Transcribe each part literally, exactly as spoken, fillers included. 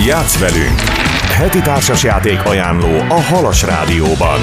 Játsz velünk! Heti társasjáték ajánló a Halas Rádióban.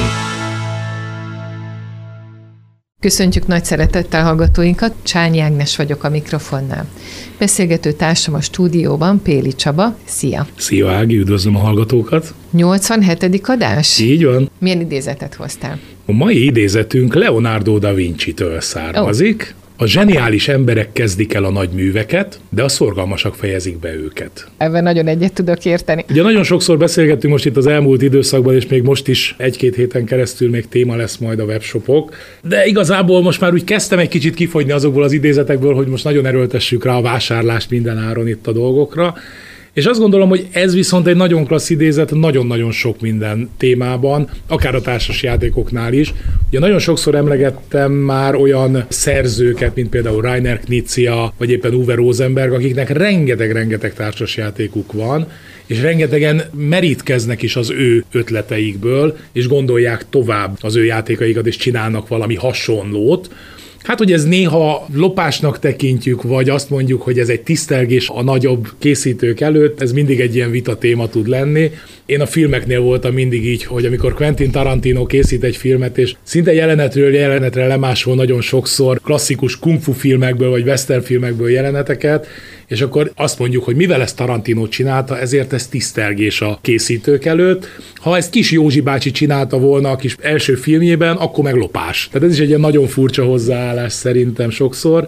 Köszöntjük nagy szeretettel hallgatóinkat, Csányi Ágnes vagyok a mikrofonnál. Beszélgető társam a stúdióban Péli Csaba. Szia! Szia Ági, üdvözlöm a hallgatókat! nyolcvanhetedik adás? Így van. Milyen idézetet hoztál? A mai idézetünk Leonardo da Vinci-től származik. Oh. A zseniális emberek kezdik el a nagy műveket, de a szorgalmasak fejezik be őket. Ebben nagyon egyet tudok érteni. Ugye nagyon sokszor beszélgettünk most itt az elmúlt időszakban, és még most is egy-két héten keresztül még téma lesz majd a webshopok, de igazából most már úgy kezdtem egy kicsit kifogyni azokból az idézetekből, hogy most nagyon erőltessük rá a vásárlást minden áron itt a dolgokra. És azt gondolom, hogy ez viszont egy nagyon klassz idézet nagyon-nagyon sok minden témában, akár a társasjátékoknál is. Ugye nagyon sokszor emlegettem már olyan szerzőket, mint például Rainer Knizia, vagy éppen Uwe Rosenberg, akiknek rengeteg-rengeteg társasjátékuk van, és rengetegen merítkeznek is az ő ötleteikből, és gondolják tovább az ő játékaikat, és csinálnak valami hasonlót. Hát, hogy ez néha lopásnak tekintjük, vagy azt mondjuk, hogy ez egy tisztelgés a nagyobb készítők előtt, ez mindig egy ilyen vita téma tud lenni. Én a filmeknél voltam mindig így, hogy amikor Quentin Tarantino készít egy filmet, és szinte jelenetről jelenetre lemásol nagyon sokszor klasszikus kung fu filmekből, vagy western filmekből jeleneteket, és akkor azt mondjuk, hogy mivel ezt Tarantino csinálta, ezért ez tisztelgés a készítők előtt. Ha ezt Kis Józsi bácsi csinálta volna a kis első filmjében, akkor meg lopás. Tehát ez is egy ilyen nagyon furcsa hozzáállás szerintem sokszor,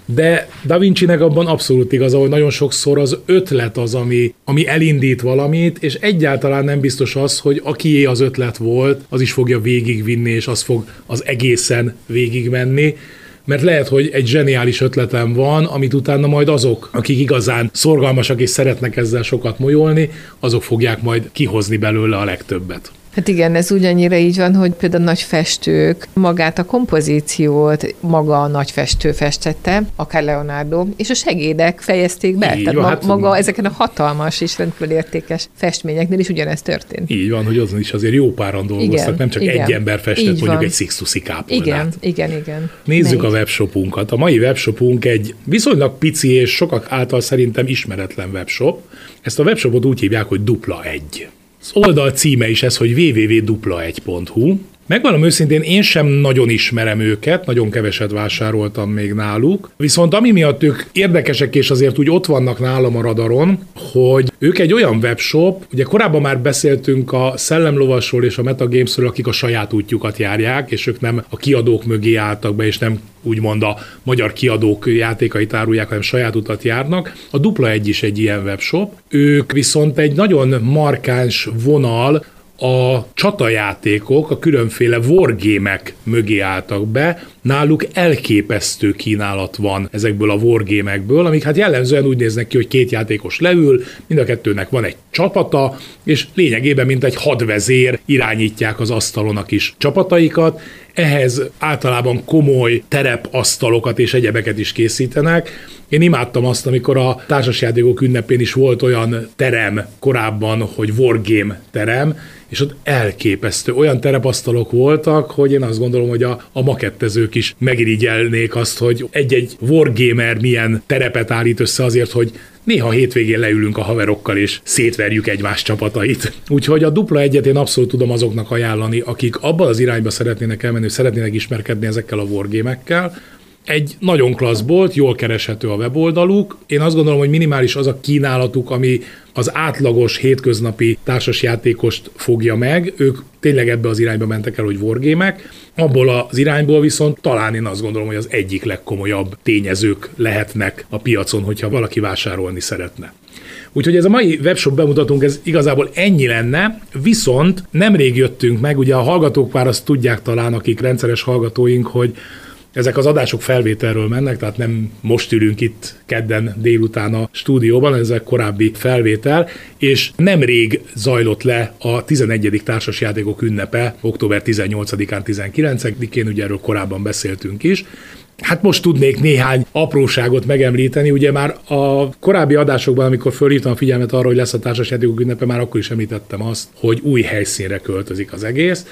de Da Vincinek abban abszolút igaza, hogy nagyon sokszor az ötlet az, ami, ami elindít valamit, és egyáltalán nem biztos az, hogy akié az ötlet volt, az is fogja végigvinni, és az fog az egészen végigmenni. Mert lehet, hogy egy zseniális ötletem van, amit utána majd azok, akik igazán szorgalmasak és szeretnek ezzel sokat molyolni, azok fogják majd kihozni belőle a legtöbbet. Hát igen, ez ugyannyira így van, hogy például nagy festők magát a kompozíciót maga a nagy festő festette, akár Leonardo, és a segédek fejezték be. Így Tehát van, ma, hát maga ezeken a hatalmas és rendkívül értékes festményeknél is ugyanezt történt. Így van, hogy azon is azért jó páran dolgoztak, igen, nem csak igen, egy ember festett így mondjuk van. Egy Sixtusi kápolnát. Igen, igen, igen. Nézzük Melyik? A webshopunkat. A mai webshopunk egy viszonylag pici és sokak által szerintem ismeretlen webshop. Ezt a webshopot úgy hívják, hogy dupla egy. Az oldal címe is ez, hogy double-u double-u double-u pont dupla egy pont hu. Megvallom őszintén, én sem nagyon ismerem őket, nagyon keveset vásároltam még náluk, viszont ami miatt ők érdekesek és azért úgy ott vannak nálam a radaron, hogy ők egy olyan webshop, ugye korábban már beszéltünk a Szellemlovasról és a Metagamesről, akik a saját útjukat járják, és ők nem a kiadók mögé álltak be, és nem úgymond a magyar kiadók játékait árulják, hanem saját utat járnak. A dupla egy is egy ilyen webshop. Ők viszont egy nagyon markáns vonal, a csatajátékok, a különféle wargame-ek mögé álltak be, náluk elképesztő kínálat van ezekből a wargame-ekből, amik hát jellemzően úgy néznek ki, hogy két játékos leül, mind a kettőnek van egy csapata, és lényegében mint egy hadvezér irányítják az asztalon a kis csapataikat. Ehhez általában komoly terepasztalokat és egyebeket is készítenek. Én imádtam azt, amikor a társasjátékok ünnepén is volt olyan terem korábban, hogy wargame terem, és ott elképesztő olyan terepasztalok voltak, hogy én azt gondolom, hogy a, a makettezők is megirigyelnék azt, hogy egy-egy wargamer milyen terepet állít össze azért, hogy néha hétvégén leülünk a haverokkal, és szétverjük egymás csapatait. Úgyhogy a dupla egyet én abszolút tudom azoknak ajánlani, akik abban az irányba szeretnének elmenni, hogy szeretnének ismerkedni ezekkel a wargame-ekkel. Egy nagyon klassz bolt, jól kereshető a weboldaluk. Én azt gondolom, hogy minimális az a kínálatuk, ami az átlagos hétköznapi társasjátékost fogja meg. Ők tényleg ebbe az irányba mentek el, hogy wargame-ek. Abból az irányból viszont talán én azt gondolom, hogy az egyik legkomolyabb tényezők lehetnek a piacon, hogyha valaki vásárolni szeretne. Úgyhogy ez a mai webshop bemutatónk, ez igazából ennyi lenne, viszont nemrég jöttünk meg, ugye a hallgatók már azt tudják talán, akik rendszeres hallgatóink, hogy ezek az adások felvételről mennek, tehát nem most ülünk itt kedden délután a stúdióban, ez egy korábbi felvétel, és nemrég zajlott le a tizenegyedik társasjátékok ünnepe, október tizennyolcadikán, tizenkilencedikén, ugye erről korábban beszéltünk is. Hát most tudnék néhány apróságot megemlíteni, ugye már a korábbi adásokban, amikor fölhívtam a figyelmet arra, hogy lesz a társasjátékok ünnepe, már akkor is említettem azt, hogy új helyszínre költözik az egész.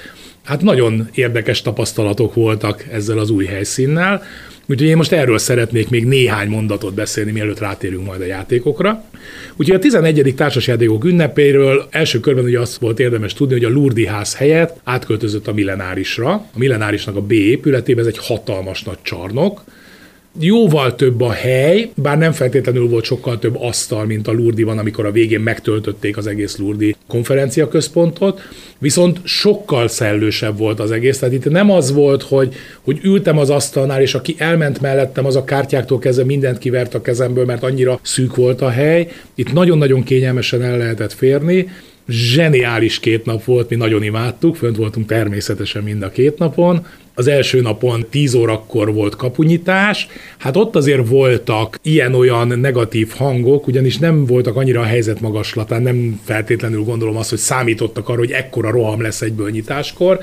Hát nagyon érdekes tapasztalatok voltak ezzel az új helyszínnel, úgyhogy én most erről szeretnék még néhány mondatot beszélni, mielőtt rátérünk majd a játékokra. Úgyhogy a tizenegyedik társasjátékok ünnepéről első körben ugye azt volt érdemes tudni, hogy a Lourdes ház helyett átköltözött a Millenárisra. A Millenárisnak a B épületében, ez egy hatalmas nagy csarnok. Jóval több a hely, bár nem feltétlenül volt sokkal több asztal, mint a Lourdesban, amikor a végén megtöltötték az egész Lourdes konferenciaközpontot, viszont sokkal szellősebb volt az egész. Tehát itt nem az volt, hogy, hogy ültem az asztalnál, és aki elment mellettem, az a kártyáktól kezdve mindent kivert a kezemből, mert annyira szűk volt a hely. Itt nagyon-nagyon kényelmesen el lehetett férni. Zseniális két nap volt, mi nagyon imádtuk, fönt voltunk természetesen mind a két napon. Az első napon tíz órakor volt kapunyitás, hát ott azért voltak ilyen-olyan negatív hangok, ugyanis nem voltak annyira a helyzet magaslatán, nem feltétlenül gondolom azt, hogy számítottak arra, hogy ekkora roham lesz egyből nyitáskor.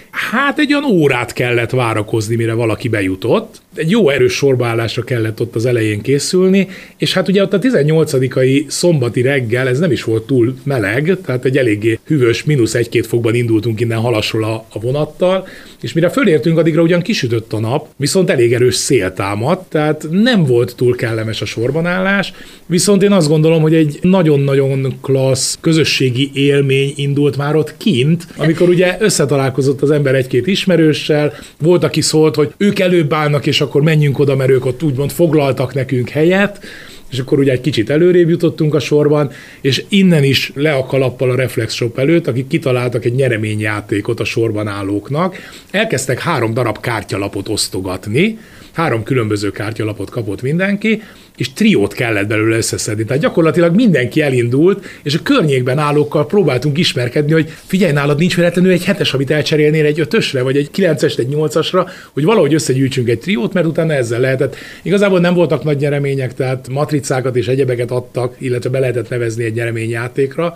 Hát egy olyan órát kellett várakozni, mire valaki bejutott. Egy jó erős sorbaállásra kellett ott az elején készülni, és hát ugye ott a tizennyolcadikai szombati reggel, ez nem is volt túl meleg, tehát egy eléggé hűvös, mínusz egy-két fokban indultunk innen Halasról a, a vonattal, és mire fölértünk, addigra ugyan kisütött a nap, viszont elég erős szél támadt, tehát nem volt túl kellemes a sorbanállás, viszont én azt gondolom, hogy egy nagyon-nagyon klassz közösségi élmény indult már ott kint, amikor ugye összetalálkozott az ember egy-két ismerőssel, volt, aki szólt, hogy ők előbb állnak, és akkor menjünk oda, mert ők ott úgymond foglaltak nekünk helyet, és akkor ugye egy kicsit előrébb jutottunk a sorban, és innen is le a kalappal a Reflex Shop előtt, akik kitaláltak egy nyereményjátékot a sorban állóknak. Elkezdtek három darab kártyalapot osztogatni, három különböző kártyalapot kapott mindenki, és triót kellett belőle összeszedni. Tehát gyakorlatilag mindenki elindult, és a környékben állókkal próbáltunk ismerkedni, hogy figyelj, nálad nincs véletlenül egy hetes, amit elcserélnél egy ötösre, vagy egy kilences, egy nyolcasra, hogy valahogy összegyűjtsünk egy triót, mert utána ezzel lehetett. Igazából nem voltak nagy nyeremények, tehát matricákat és egyebeket adtak, illetve be lehetett nevezni egy nyereményjátékra,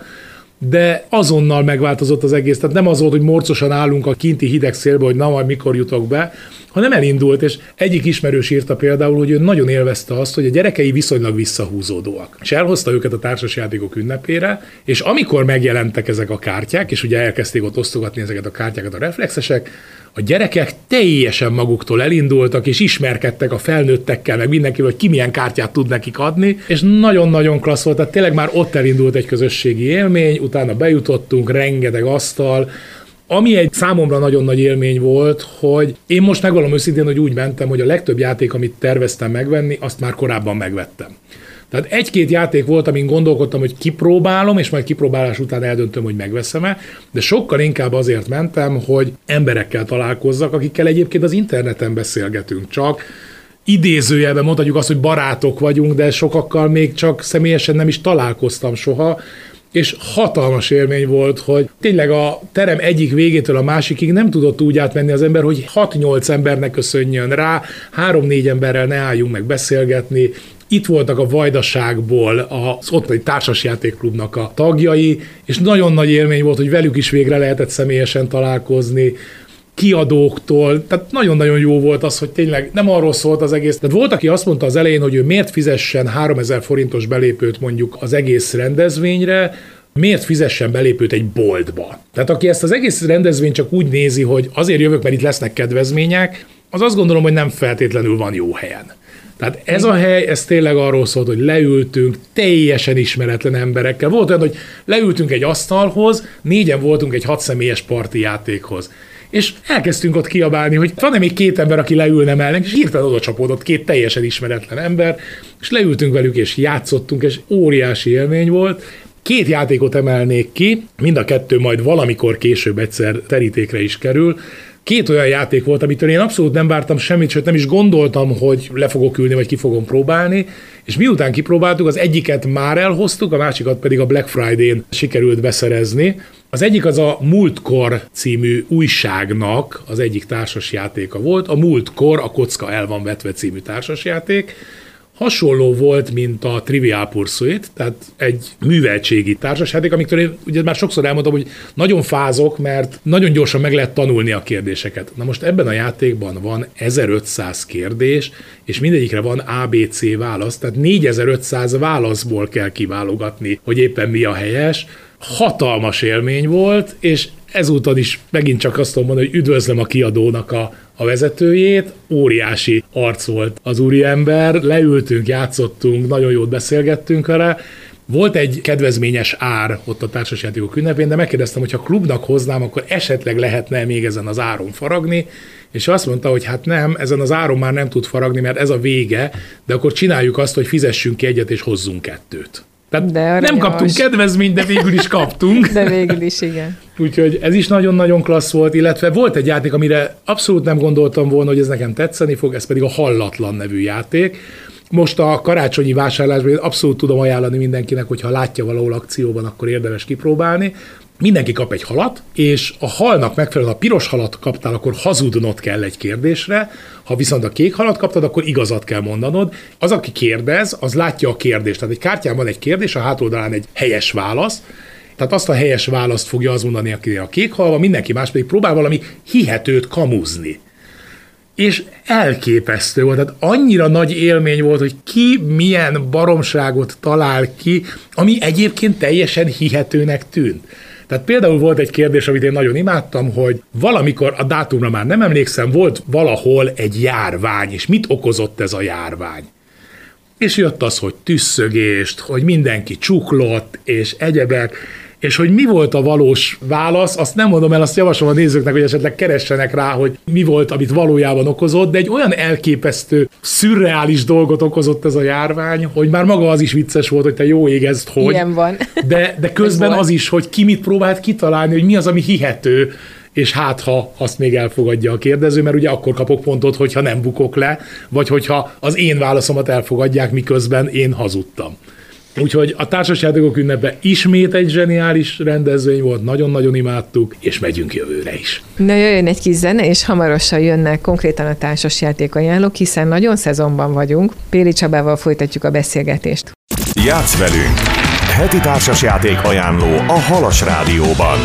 de azonnal megváltozott az egész. Tehát nem az volt, hogy morcosan állunk a kinti hideg szélbe, hogy na majd mikor jutok be, hanem elindult, és egyik ismerős írta például, hogy ő nagyon élvezte azt, hogy a gyerekei viszonylag visszahúzódóak. És elhozta őket a társasjátékok ünnepére, és amikor megjelentek ezek a kártyák, és ugye elkezdték ott osztogatni ezeket a kártyákat a reflexesek, a gyerekek teljesen maguktól elindultak, és ismerkedtek a felnőttekkel, meg mindenkivel, hogy ki milyen kártyát tud nekik adni, és nagyon-nagyon klassz volt, tehát tényleg már ott elindult egy közösségi élmény, utána bejutottunk, rengeteg asztal, ami egy számomra nagyon nagy élmény volt, hogy én most megvallom őszintén, hogy úgy mentem, hogy a legtöbb játék, amit terveztem megvenni, azt már korábban megvettem. Tehát egy-két játék volt, amin gondolkodtam, hogy kipróbálom, és majd kipróbálás után eldöntöm, hogy megveszem-e, de sokkal inkább azért mentem, hogy emberekkel találkozzak, akikkel egyébként az interneten beszélgetünk csak. Idézőjelben mondhatjuk azt, hogy barátok vagyunk, de sokakkal még csak személyesen nem is találkoztam soha, és hatalmas élmény volt, hogy tényleg a terem egyik végétől a másikig nem tudott úgy átmenni az ember, hogy hat-nyolc embernek köszönjön rá, három-négy emberrel ne álljunk meg beszélgetni. Itt voltak a Vajdaságból az ottani társasjátékklubnak a tagjai, és nagyon nagy élmény volt, hogy velük is végre lehetett személyesen találkozni, kiadóktól, tehát nagyon-nagyon jó volt az, hogy tényleg nem arról szólt az egész. Tehát volt, aki azt mondta az elején, hogy ő miért fizessen háromezer forintos belépőt mondjuk az egész rendezvényre, miért fizessen belépőt egy boltba. Tehát aki ezt az egész rendezvényt csak úgy nézi, hogy azért jövök, mert itt lesznek kedvezmények, az azt gondolom, hogy nem feltétlenül van jó helyen. Tehát ez a hely, ez tényleg arról szólt, hogy leültünk teljesen ismeretlen emberekkel. Volt olyan, hogy leültünk egy asztalhoz, négyen voltunk egy hatszemélyes parti játékhoz. És elkezdtünk ott kiabálni, hogy van-e még két ember, aki leülne mellünk, és hirtelen oda csapódott két teljesen ismeretlen ember, és leültünk velük, és játszottunk, és óriási élmény volt. Két játékot emelnék ki, mind a kettő majd valamikor később egyszer terítékre is kerül. Két olyan játék volt, amitől én abszolút nem vártam semmit, sőt nem is gondoltam, hogy le fogok ülni, vagy ki fogom próbálni, és miután kipróbáltuk, az egyiket már elhoztuk, a másikat pedig a Black Friday-n sikerült beszerezni. Az egyik az a Múltkor című újságnak az egyik társasjátéka volt, a Múltkor, a kocka el van vetve című társasjáték. Hasonló volt, mint a Trivial Pursuit, tehát egy műveltségi társasjáték, amiktől én ugye már sokszor elmondtam, hogy nagyon fázok, mert nagyon gyorsan meg lehet tanulni a kérdéseket. Na most ebben a játékban van ezerötszáz kérdés, és mindegyikre van á bé cé válasz, tehát négyezer-ötszáz válaszból kell kiválogatni, hogy éppen mi a helyes. Hatalmas élmény volt, és ezúton is megint csak azt tudom mondani, hogy üdvözlöm a kiadónak a, a vezetőjét, óriási arc volt az úriember, leültünk, játszottunk, nagyon jót beszélgettünk vele. Volt egy kedvezményes ár ott a társasjátékok ünnepén, de megkérdeztem, hogy ha klubnak hoznám, akkor esetleg lehetne még ezen az áron faragni, és azt mondta, hogy hát nem, ezen az áron már nem tud faragni, mert ez a vége, de akkor csináljuk azt, hogy fizessünk ki egyet, és hozzunk kettőt. Tehát nem kaptunk kedvezményt, de végül is kaptunk. De végül is, igen. Úgyhogy ez is nagyon-nagyon klassz volt, illetve volt egy játék, amire abszolút nem gondoltam volna, hogy ez nekem tetszeni fog, ez pedig a Hallatlan nevű játék. Most a karácsonyi vásárlásban abszolút tudom ajánlani mindenkinek, hogyha látja valahol akcióban, akkor érdemes kipróbálni. Mindenki kap egy halat, és a halnak megfelelően, ha piros halat kaptál, akkor hazudnod kell egy kérdésre, ha viszont a kék halat kaptad, akkor igazat kell mondanod. Az, aki kérdez, az látja a kérdést. Tehát egy kártyán van egy kérdés, a hátoldalán egy helyes válasz, tehát azt a helyes választ fogja az mondani, aki a kék halva, mindenki más pedig próbál valami hihetőt kamuzni. És elképesztő volt, tehát annyira nagy élmény volt, hogy ki milyen baromságot talál ki, ami egyébként teljesen hihetőnek tűnt. Tehát például volt egy kérdés, amit én nagyon imádtam, hogy valamikor, a dátumra már nem emlékszem, volt valahol egy járvány, és mit okozott ez a járvány? És jött az, hogy tüsszögést, hogy mindenki csuklott, és egyebek, és hogy mi volt a valós válasz, azt nem mondom el, azt javaslom a nézőknek, hogy esetleg keressenek rá, hogy mi volt, amit valójában okozott, de egy olyan elképesztő, szürreális dolgot okozott ez a járvány, hogy már maga az is vicces volt, hogy te jó ég ezt, hogy. Ilyen van. De, de közben az is, hogy ki mit próbált kitalálni, hogy mi az, ami hihető, és hát ha azt még elfogadja a kérdező, mert ugye akkor kapok pontot, hogyha nem bukok le, vagy hogyha az én válaszomat elfogadják, miközben én hazudtam. Úgyhogy a társasjátékok ünnepe ismét egy zseniális rendezvény volt, nagyon-nagyon imádtuk, és megyünk jövőre is. Na jöjjön egy kis zene, és hamarosan jönnek konkrétan a társasjáték ajánlók, hiszen nagyon szezonban vagyunk. Péli Csabával folytatjuk a beszélgetést. Játsz velünk! Heti társasjáték ajánló a Halas Rádióban.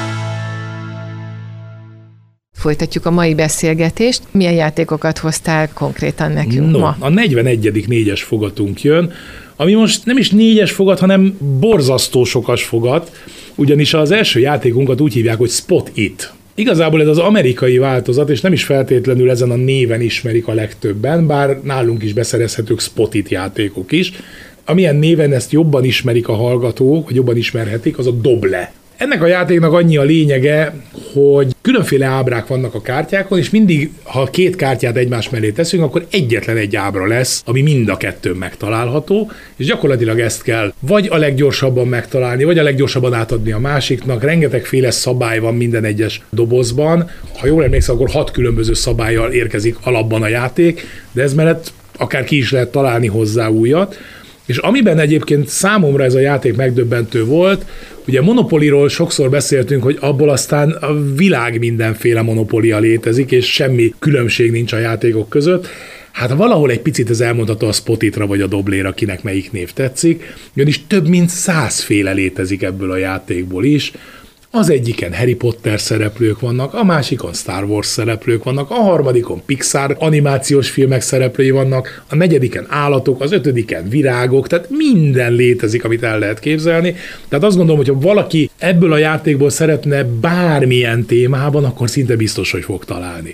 Folytatjuk a mai beszélgetést. Milyen játékokat hoztál konkrétan nekünk no, ma? A negyvenegyedik négyes fogatunk jön, ami most nem is négyes fogat, hanem borzasztó sokas fogat, ugyanis az első játékunkat úgy hívják, hogy Spot It. Igazából ez az amerikai változat, és nem is feltétlenül ezen a néven ismerik a legtöbben, bár nálunk is beszerezhetők Spot It játékok is. Amilyen néven ezt jobban ismerik a hallgatók, vagy jobban ismerhetik, az a Doble. Ennek a játéknak annyi a lényege, hogy különféle ábrák vannak a kártyákon, és mindig, ha két kártyát egymás mellé teszünk, akkor egyetlen egy ábra lesz, ami mind a kettőn megtalálható, és gyakorlatilag ezt kell vagy a leggyorsabban megtalálni, vagy a leggyorsabban átadni a másiknak. Rengetegféle szabály van minden egyes dobozban. Ha jól emlékszem, akkor hat különböző szabállyal érkezik alapban a játék, de ez mellett akár ki is lehet találni hozzá újat. És amiben egyébként számomra ez a játék megdöbbentő volt, ugye Monopolyról sokszor beszéltünk, hogy abból aztán a világ mindenféle monopólia létezik, és semmi különbség nincs a játékok között. Hát valahol egy picit ez elmondható a Spot It-ra vagy a Dobléra, kinek melyik név tetszik, ugyanis több mint százféle létezik ebből a játékból is. Az egyiken Harry Potter szereplők vannak, a másikon Star Wars szereplők vannak, a harmadikon Pixar animációs filmek szereplői vannak, a negyediken állatok, az ötödiken virágok, tehát minden létezik, amit el lehet képzelni. Tehát azt gondolom, hogy ha valaki ebből a játékból szeretne bármilyen témában, akkor szinte biztos, hogy fog találni.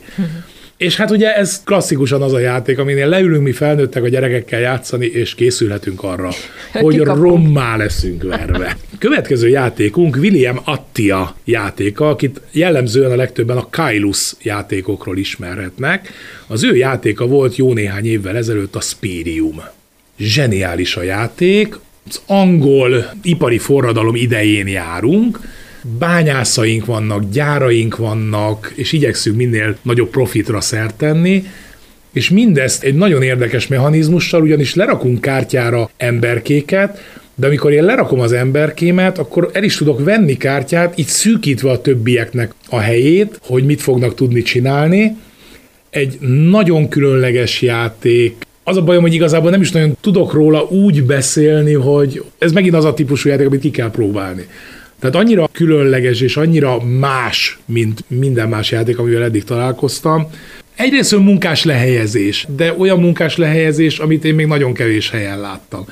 És hát ugye ez klasszikusan az a játék, aminél leülünk mi felnőttek a gyerekekkel játszani, és készülhetünk arra, hogy rommá leszünk verve. Következő játékunk William Attia játéka, akit jellemzően a legtöbben a Kailus játékokról ismerhetnek. Az ő játéka volt jó néhány évvel ezelőtt a Spirium. Zseniális a játék, az angol ipari forradalom idején járunk, bányászaink vannak, gyáraink vannak, és igyekszünk minél nagyobb profitra szert tenni, és mindezt egy nagyon érdekes mechanizmussal, ugyanis lerakunk kártyára emberkéket, de amikor én lerakom az emberkémet, akkor el is tudok venni kártyát, így szűkítve a többieknek a helyét, hogy mit fognak tudni csinálni. Egy nagyon különleges játék. Az a bajom, hogy igazából nem is nagyon tudok róla úgy beszélni, hogy ez megint az a típusú játék, amit ki kell próbálni. Tehát annyira különleges és annyira más, mint minden más játék, amivel eddig találkoztam. Egyrészt munkás lehelyezés, de olyan munkás lehelyezés, amit én még nagyon kevés helyen láttam.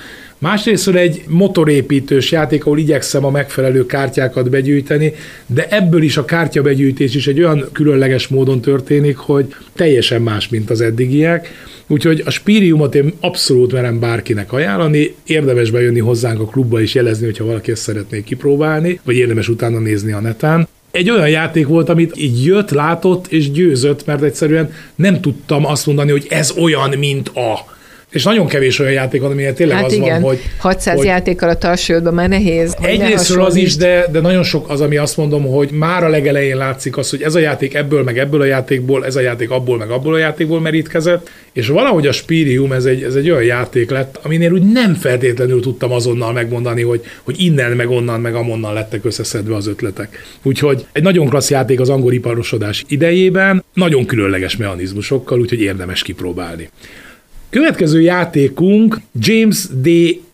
Másrésztről egy motorépítős játék, ahol igyekszem a megfelelő kártyákat begyűjteni, de ebből is a kártyabegyűjtés is egy olyan különleges módon történik, hogy teljesen más, mint az eddigiek. Úgyhogy a Spiriumot én abszolút merem bárkinek ajánlani, érdemes bejönni hozzánk a klubba és jelezni, hogyha valaki ezt szeretné kipróbálni, vagy érdemes utána nézni a neten. Egy olyan játék volt, amit így jött, látott és győzött, mert egyszerűen nem tudtam azt mondani, hogy ez olyan, mint a... És nagyon kevés olyan játék van, amilyen tényleg hát az igen, van, hogy... hatszáz hogy játékkal a tartsódban már nehéz. Egyrésztről az is, de, de nagyon sok az, ami azt mondom, hogy már a legelején látszik az, hogy ez a játék ebből, meg ebből a játékból, ez a játék abból, meg abból a játékból merítkezett, és valahogy a Spirium ez egy, ez egy olyan játék lett, aminél úgy nem feltétlenül tudtam azonnal megmondani, hogy, hogy innen, meg onnan, meg amonnan lettek összeszedve az ötletek. Úgyhogy egy nagyon klassz játék az angol iparosodás idejében, nagyon különleges mechanizmusokkal, úgyhogy érdemes kipróbálni. Következő játékunk James D.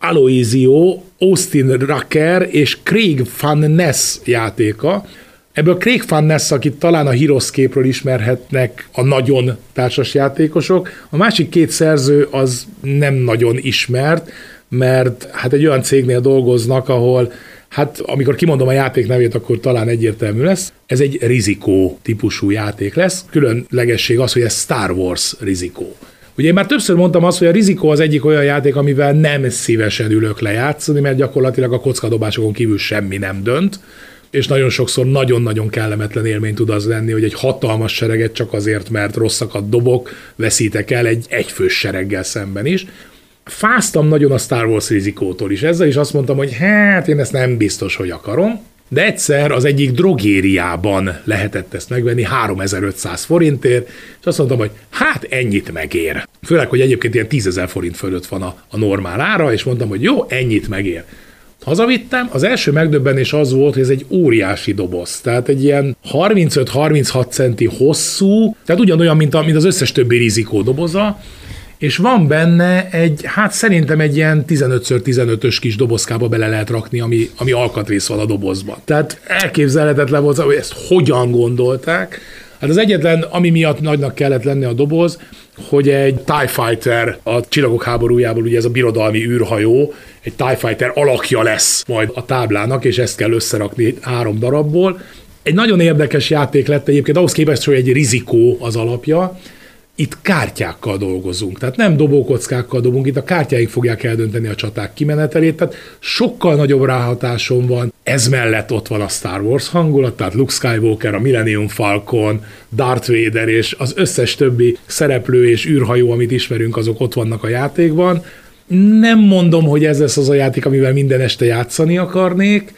Aloisio, Austin Rucker és Craig Van Ness játéka. Ebből Craig Van Ness, akit talán a Heroescape-ről ismerhetnek a nagyon társasjátékosok. A másik két szerző az nem nagyon ismert, mert hát egy olyan cégnél dolgoznak, ahol hát amikor kimondom a játék nevét, akkor talán egyértelmű lesz. Ez egy rizikó típusú játék lesz. Különlegesség az, hogy ez Star Wars rizikó. Ugye én már többször mondtam azt, hogy a rizikó az egyik olyan játék, amivel nem szívesen ülök le játszani, mert gyakorlatilag a kockadobásokon kívül semmi nem dönt, és nagyon sokszor nagyon-nagyon kellemetlen élmény tud az lenni, hogy egy hatalmas sereget csak azért, mert rosszakat dobok, veszítek el egy egyfős sereggel szemben is. Fáztam nagyon a Star Wars rizikótól is, ezzel is azt mondtam, hogy hát én ezt nem biztos, hogy akarom, de egyszer az egyik drogériában lehetett ezt megvenni háromezer-ötszáz forintért, és azt mondtam, hogy hát ennyit megér. Főleg, hogy egyébként ilyen tízezer forint fölött van a, a normál ára, és mondtam, hogy jó, ennyit megér. Hazavittem, az első megdöbbenés az volt, hogy ez egy óriási doboz, tehát egy ilyen harmincöt-harminchat centi hosszú, tehát ugyanolyan, mint, a, mint az összes többi rizikó doboza, és van benne egy, hát szerintem egy ilyen tizenöt tizenötös kis dobozkába bele lehet rakni, ami, ami alkatrész van a dobozban. Tehát elképzelhetetlen volt, hogy ezt hogyan gondolták. Hát az egyetlen, ami miatt nagynak kellett lenni a doboz, hogy egy TIE Fighter a Csillagok háborújából, ugye ez a birodalmi űrhajó, egy TIE Fighter alakja lesz majd a táblának, és ezt kell összerakni három darabból. Egy nagyon érdekes játék lett egyébként, ahhoz képest, hogy egy rizikó az alapja. Itt kártyákkal dolgozunk, tehát nem dobókockákkal dobunk, itt a kártyáink fogják eldönteni a csaták kimenetelét, tehát sokkal nagyobb ráhatásom van. Ez mellett ott van a Star Wars hangulat, tehát Luke Skywalker, a Millennium Falcon, Darth Vader és az összes többi szereplő és űrhajó, amit ismerünk, azok ott vannak a játékban. Nem mondom, hogy ez lesz az a játék, amivel minden este játszani akarnék,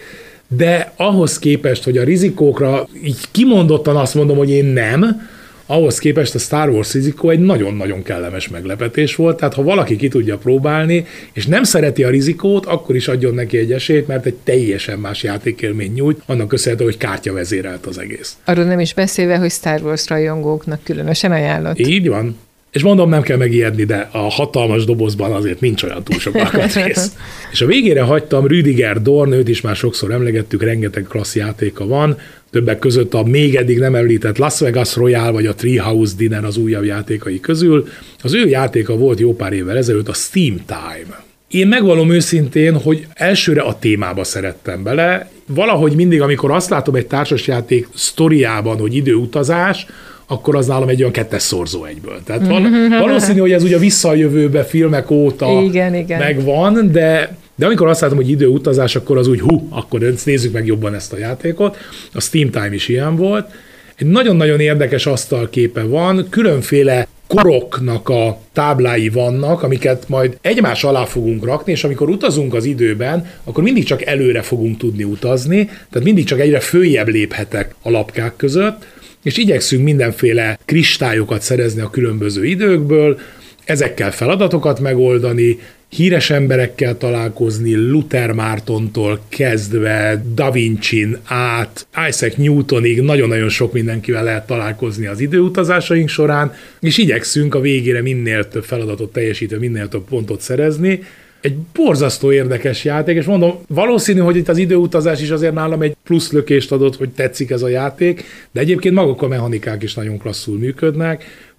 de ahhoz képest, hogy a rizikókra így kimondottan azt mondom, hogy én nem, ahhoz képest a Star Wars rizikó egy nagyon-nagyon kellemes meglepetés volt, tehát ha valaki ki tudja próbálni, és nem szereti a rizikót, akkor is adjon neki egy esélyt, mert egy teljesen más játékélmény nyújt, annak köszönhető, hogy kártyavezérelt az egész. Arról nem is beszélve, hogy Star Wars rajongóknak különösen ajánlott. Így van. És mondom, nem kell megijedni, de a hatalmas dobozban azért nincs olyan túl sok alkatrész. És a végére hagytam Rüdiger Dorn, őt is már sokszor emlegettük, rengeteg klassz játéka van, többek között a még eddig nem említett Las Vegas Royale vagy a Treehouse Dinner az újabb játékai közül. Az ő játéka volt jó pár évvel ezelőtt a Steam Time. Én megvallom őszintén, hogy elsőre a témába szerettem bele. Valahogy mindig, amikor azt látom egy társasjáték sztoriában, hogy időutazás, akkor az nálam egy olyan kettes szorzó egyből. Tehát val- valószínű, hogy ez ugye vissza a jövőbe filmek óta igen, igen. megvan, de, de amikor azt látom, hogy időutazás, akkor az úgy hú, akkor nézzük meg jobban ezt a játékot. A Steam Time is ilyen volt. Egy nagyon-nagyon érdekes asztalképe van, különféle koroknak a táblái vannak, amiket majd egymás alá fogunk rakni, és amikor utazunk az időben, akkor mindig csak előre fogunk tudni utazni, tehát mindig csak egyre följebb léphetek a lapkák között, és igyekszünk mindenféle kristályokat szerezni a különböző időkből, ezekkel feladatokat megoldani, híres emberekkel találkozni, Luther Mártontól kezdve, Da Vincin át, Isaac Newtonig, nagyon-nagyon sok mindenkivel lehet találkozni az időutazásaink során, és igyekszünk a végére minél több feladatot teljesítve, minél több pontot szerezni. Egy borzasztó érdekes játék, és mondom, valószínű, hogy itt az időutazás is azért nálam egy plusz lökést adott, hogy tetszik ez a játék, de egyébként maguk a mechanikák is nagyon klasszul működnek,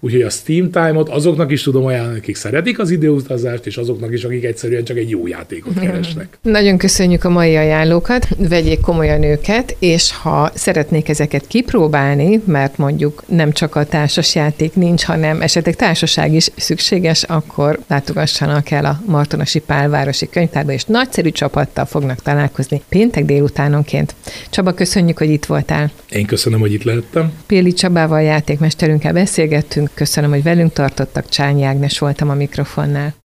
úgyhogy a Steam Time-ot azoknak is tudom ajánlani, akik szeretik az időutazást, és azoknak is, akik egyszerűen csak egy jó játékot keresnek. Nagyon köszönjük a mai ajánlókat, vegyék komolyan őket, és ha szeretnék ezeket kipróbálni, mert mondjuk nem csak a társasjáték nincs, hanem esetleg társaság is szükséges, akkor látogassanak el a Martonasi Pálvárosi Könyvtárba, és nagyszerű csapattal fognak találkozni péntek délutánonként. Csaba, köszönjük, hogy itt voltál. Én köszönöm, hogy itt lehettem. Péli Csabával, játékmesterünkkel beszélgettünk. Köszönöm, hogy velünk tartottak. Csányi Ágnes voltam a mikrofonnál.